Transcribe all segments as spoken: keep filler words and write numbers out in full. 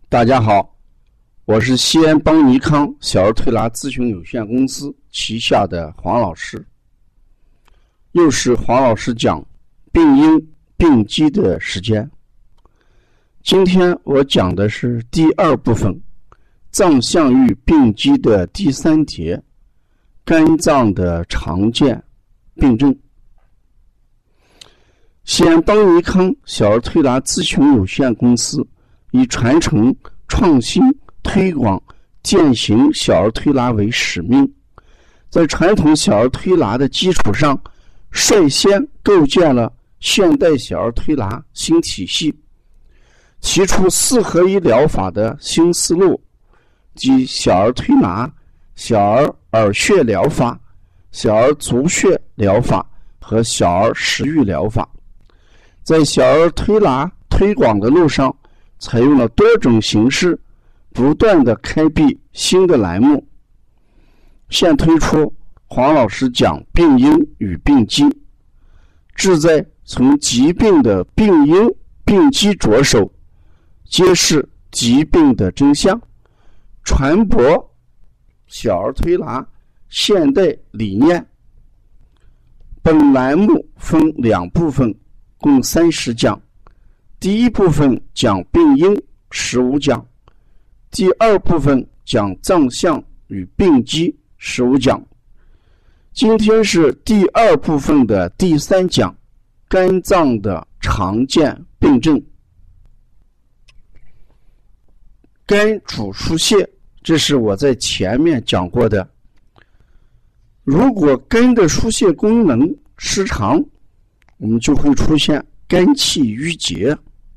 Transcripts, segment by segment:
大家好，我是西安邦尼康小儿推拿咨询有限公司旗下的黄老师，又是黄老师讲病因病机的时间。今天我讲的是第二部分，脏象域病机的第三节，肝脏的常见病症。西安邦尼康小儿推拿咨询有限公司以传承、创新、推广、践行小儿推拿为使命，在传统小儿推拿的基础上，率先构建了现代小儿推拿新体系，提出四合一疗法的新思路，即小儿推拿、小儿耳穴疗法、小儿足穴疗法和小儿食育疗法。在小儿推拿推广的路上，采用了多种形式，不断的开辟新的栏目。现推出黄老师讲病因与病机，旨在从疾病的病因病机着手，揭示疾病的真相，传播小儿推拿现代理念。本栏目分两部分，共三十讲。第一部分讲病因十五讲，第二部分讲脏象与病机十五讲。今天是第二部分的第三讲，肝脏的常见病症。肝主疏泄，这是我在前面讲过的。如果肝的疏泄功能失常，我们就会出现肝气郁结。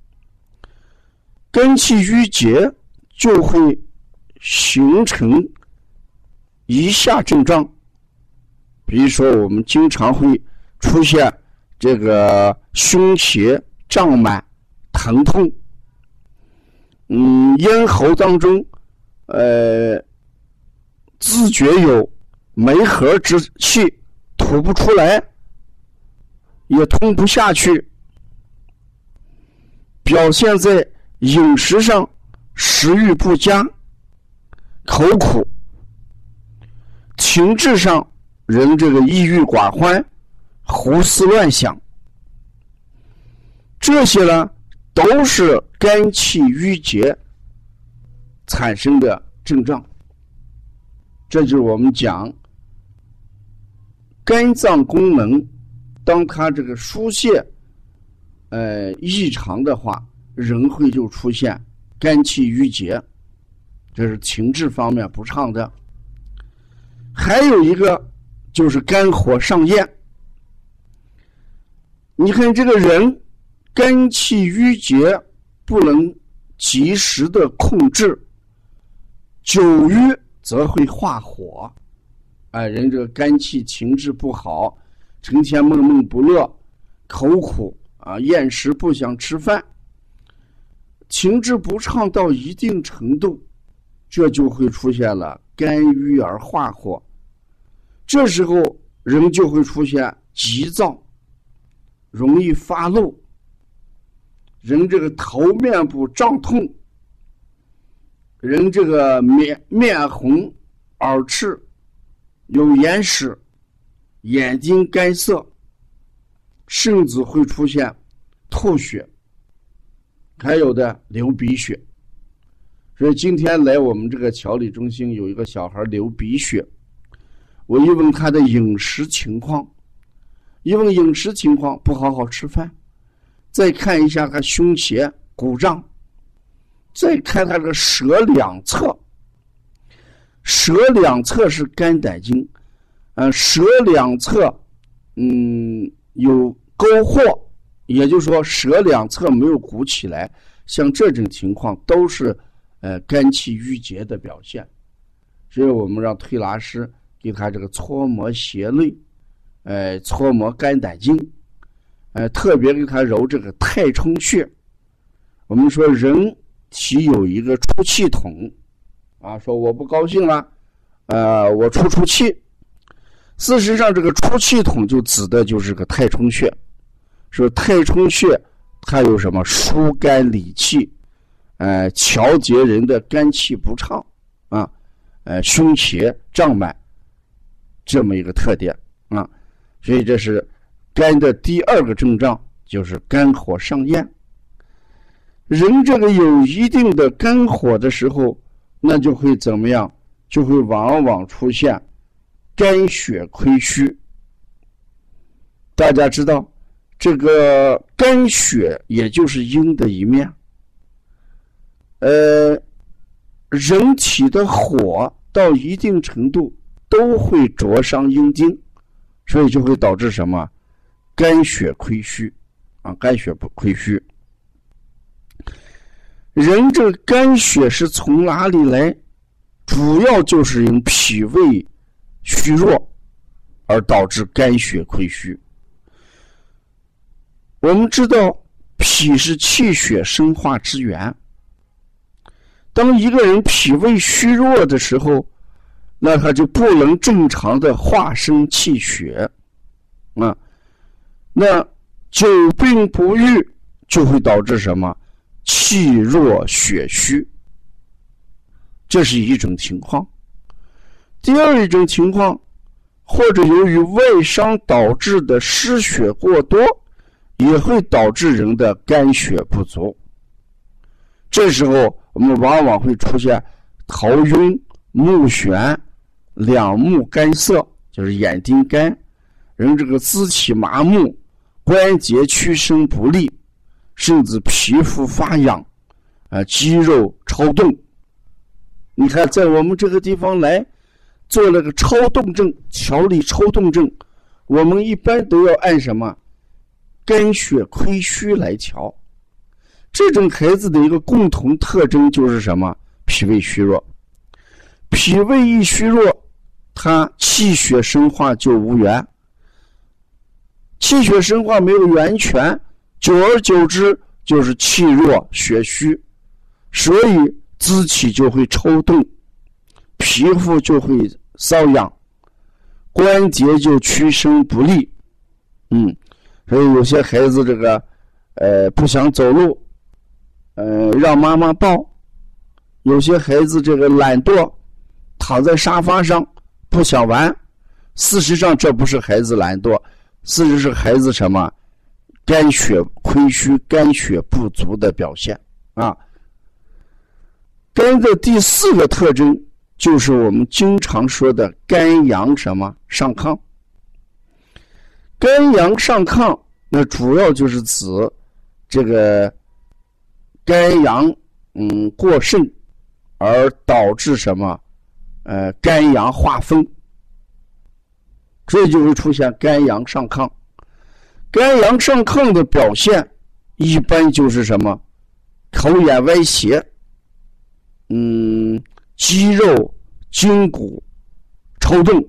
肝气郁结就会形成以下症状，比如说我们经常会出现这个胸胁胀满、疼痛，嗯，咽喉当中呃自觉有梅核之气吐不出来，也吞不下去，表现在饮食上食欲不佳、口苦，情志上人这个抑郁寡欢、胡思乱想，这些呢都是肝气郁结产生的症状。这就是我们讲肝脏功能，当它这个疏泄呃异常的话，人会就出现肝气郁结，这是情志方面不畅的。还有一个就是肝火上炎。你看这个人肝气郁结不能及时的控制，久郁则会化火。哎，人这个肝气情志不好，成天闷闷不乐，口苦啊，厌食不想吃饭，情志不畅到一定程度，这就会出现了肝郁而化火。这时候人就会出现急躁，容易发怒，人这个头面部胀痛，人这个面面红耳赤，有眼屎，眼睛干涩，甚至会出现吐血，还有的流鼻血。所以今天来我们这个调理中心有一个小孩流鼻血，我一问他的饮食情况，一问饮食情况不好好吃饭，再看一下他胸胁鼓胀，再看他这个舌两侧，舌两侧是肝胆经，呃，舌两侧嗯有沟壑，也就是说舌两侧没有鼓起来，像这种情况都是呃肝气郁结的表现。所以我们让推拿师给他这个搓摩胁肋，呃搓摩肝胆经，呃特别给他揉这个太冲穴。我们说人体有一个出气筒啊，说我不高兴了，呃我出出气，事实上这个出气筒就指的就是个太冲穴。说太冲穴它有什么疏肝理气， 呃调节人的肝气不畅啊，呃胸胁胀满这么一个特点啊，所以这是肝的第二个症状，就是肝火上炎。人这个有一定的肝火的时候，那就会怎么样？就会往往出现肝血亏虚。大家知道，这个肝血也就是阴的一面。呃，人体的火到一定程度都会灼伤阴经，所以就会导致什么？肝血亏虚啊，肝血不亏虚。人这个肝血是从哪里来？主要就是因脾胃虚弱而导致肝血亏虚。我们知道脾是气血生化之源，当一个人脾胃虚弱的时候，那他就不能正常的化生气血啊，那久病不愈就会导致什么？气弱血虚，这是一种情况。第二一种情况，或者由于外伤导致的失血过多，也会导致人的肝血不足。这时候我们往往会出现头晕、目眩、两目干涩，就是眼睛干，人这个肢体麻木，关节屈伸不利，甚至皮肤发痒，啊，肌肉抽动。你看，在我们这个地方来做了个抽动症，调理抽动症，我们一般都要按什么？肝血亏虚来调。这种孩子的一个共同特征就是什么？脾胃虚弱。脾胃一虚弱，他气血生化就无源，气血生化没有源泉，久而久之就是气弱血虚，所以肢体就会抽动，皮肤就会瘙痒，关节就屈伸不利。嗯，所以有些孩子这个呃不想走路，呃让妈妈抱；有些孩子这个懒惰，躺在沙发上不想玩。事实上这不是孩子懒惰，事实是孩子什么？肝血亏虚、肝血不足的表现啊。肝的第四个特征就是我们经常说的肝阳什么上亢。肝阳上亢，那主要就是指这个肝阳嗯过盛，而导致什么？呃，肝阳化风，所以就会出现肝阳上亢。肝阳上亢的表现一般就是什么？口眼歪斜，嗯，肌肉筋骨抽动，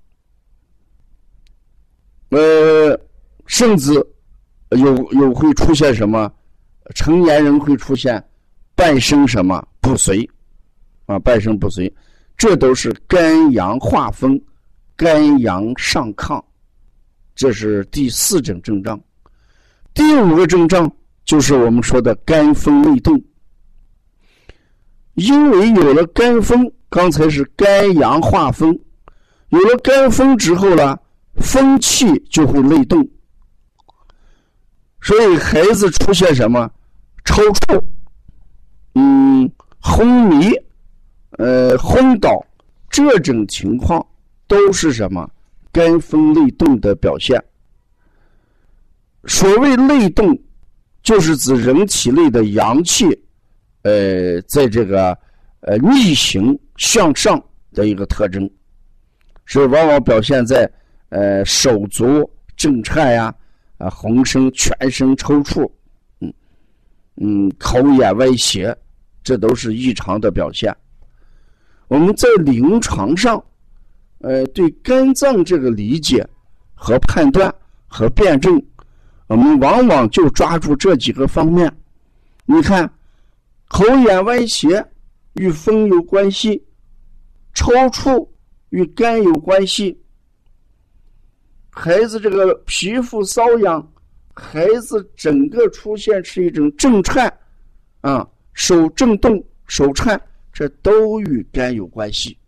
呃，甚至有有会出现什么？成年人会出现半身什么不遂啊，半身不遂，这都是肝阳化风、肝阳上亢，这是第四种症状。第五个症状就是我们说的肝风内动。因为有了肝风，刚才是肝阳化风，有了肝风之后呢，风气就会内动，所以孩子出现什么抽搐，嗯，昏迷，呃，昏倒，这种情况都是什么肝风内动的表现。所谓内动，就是指人体内的阳气呃，在这个呃逆行向上的一个特征，所以往往表现在呃手足震颤呀，啊浑身全身抽搐，嗯嗯口眼歪斜，这都是异常的表现。我们在临床上，呃对肝脏这个理解和判断和辩证，我们往往就抓住这几个方面。你看。口眼歪斜与风有关系，抽搐与肝有关系，孩子这个皮肤瘙痒，孩子整个出现是一种震颤啊， 手震动、手颤，这都与肝有关系。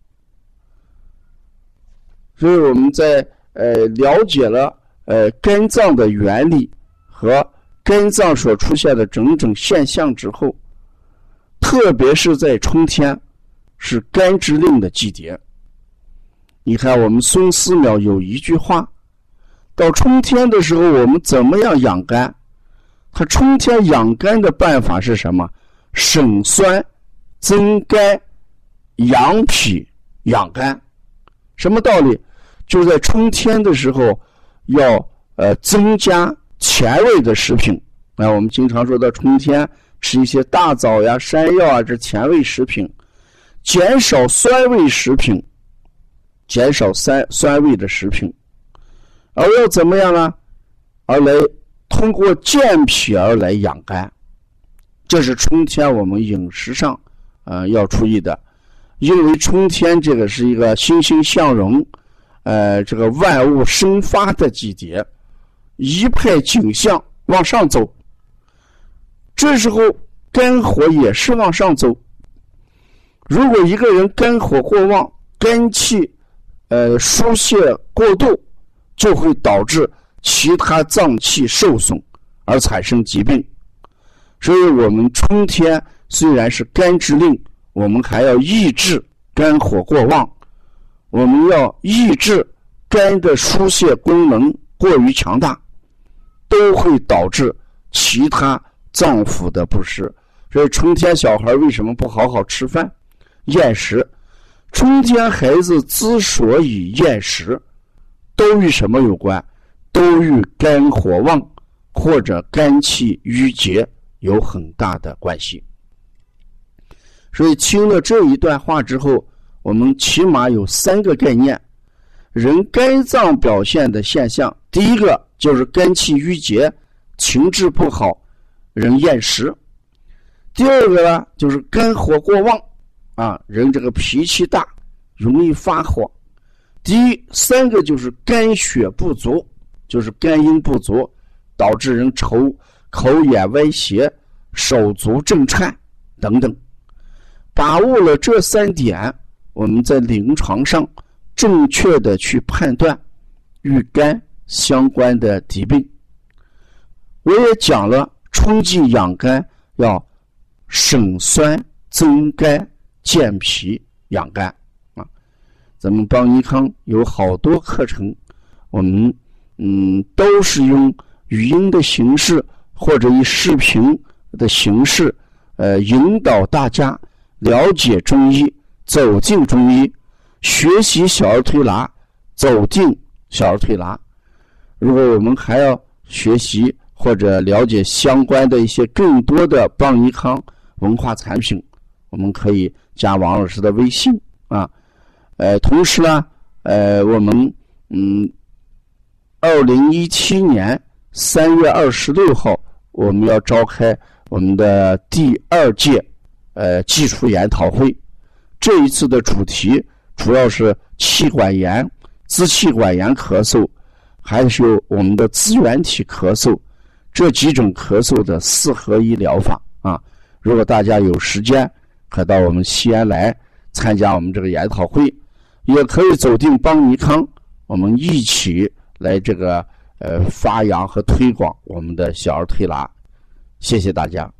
所以我们在呃了解了呃肝脏的原理和肝脏所出现的种种现象之后，特别是在春天是肝之令的季节。你看我们孙思邈有一句话，到春天的时候我们怎么样养肝？他春天养肝的办法是什么？省酸、增肝、养脾、养肝。什么道理？就在春天的时候要呃增加前味的食品。那、啊、我们经常说到春天吃一些大枣呀、山药啊，这前味食品，减少酸味食品，减少酸酸味的食品，而要怎么样呢？而来通过健脾而来养肝，这是春天我们饮食上呃要注意的。因为春天这个是一个欣欣向荣，呃，这个万物生发的季节，一派景象往上走。这时候肝火也是往上走。如果一个人肝火过旺，肝气呃疏泄过度，就会导致其他脏器受损而产生疾病。所以我们春天虽然是肝之令，我们还要抑制肝火过旺，我们要抑制肝的疏泄功能过于强大，都会导致其他脏腑的不适。所以春天小孩为什么不好好吃饭，厌食？春天孩子之所以厌食，都与什么有关？都与肝火旺或者肝气郁结有很大的关系。所以听了这一段话之后，我们起码有三个概念。人肝脏表现的现象，第一个就是肝气郁结，情志不好，人厌食。第二个呢，就是肝火过旺啊，人这个脾气大，容易发火。第三个就是肝血不足，就是肝阴不足，导致人愁口眼歪斜，手足震颤等等。把握了这三点，我们在临床上正确的去判断与肝相关的疾病。我也讲了春季养肝要省酸增肝健脾养肝啊。咱们邦尼康有好多课程，我们嗯都是用语音的形式或者以视频的形式呃引导大家了解中医，走进中医，学习小儿推拿，走进小儿推拿。如果我们还要学习或者了解相关的一些更多的邦尼康文化产品，我们可以加王老师的微信啊。呃，同时呢，呃，我们嗯，二零一七年三月二十六号，我们要召开我们的第二届呃基础研讨会。这一次的主题主要是气管炎、支气管炎咳嗽，还有我们的支原体咳嗽，这几种咳嗽的四合一疗法啊。如果大家有时间，可到我们西安来参加我们这个研讨会，也可以走进邦尼康，我们一起来这个呃发扬和推广我们的小儿推拿。谢谢大家。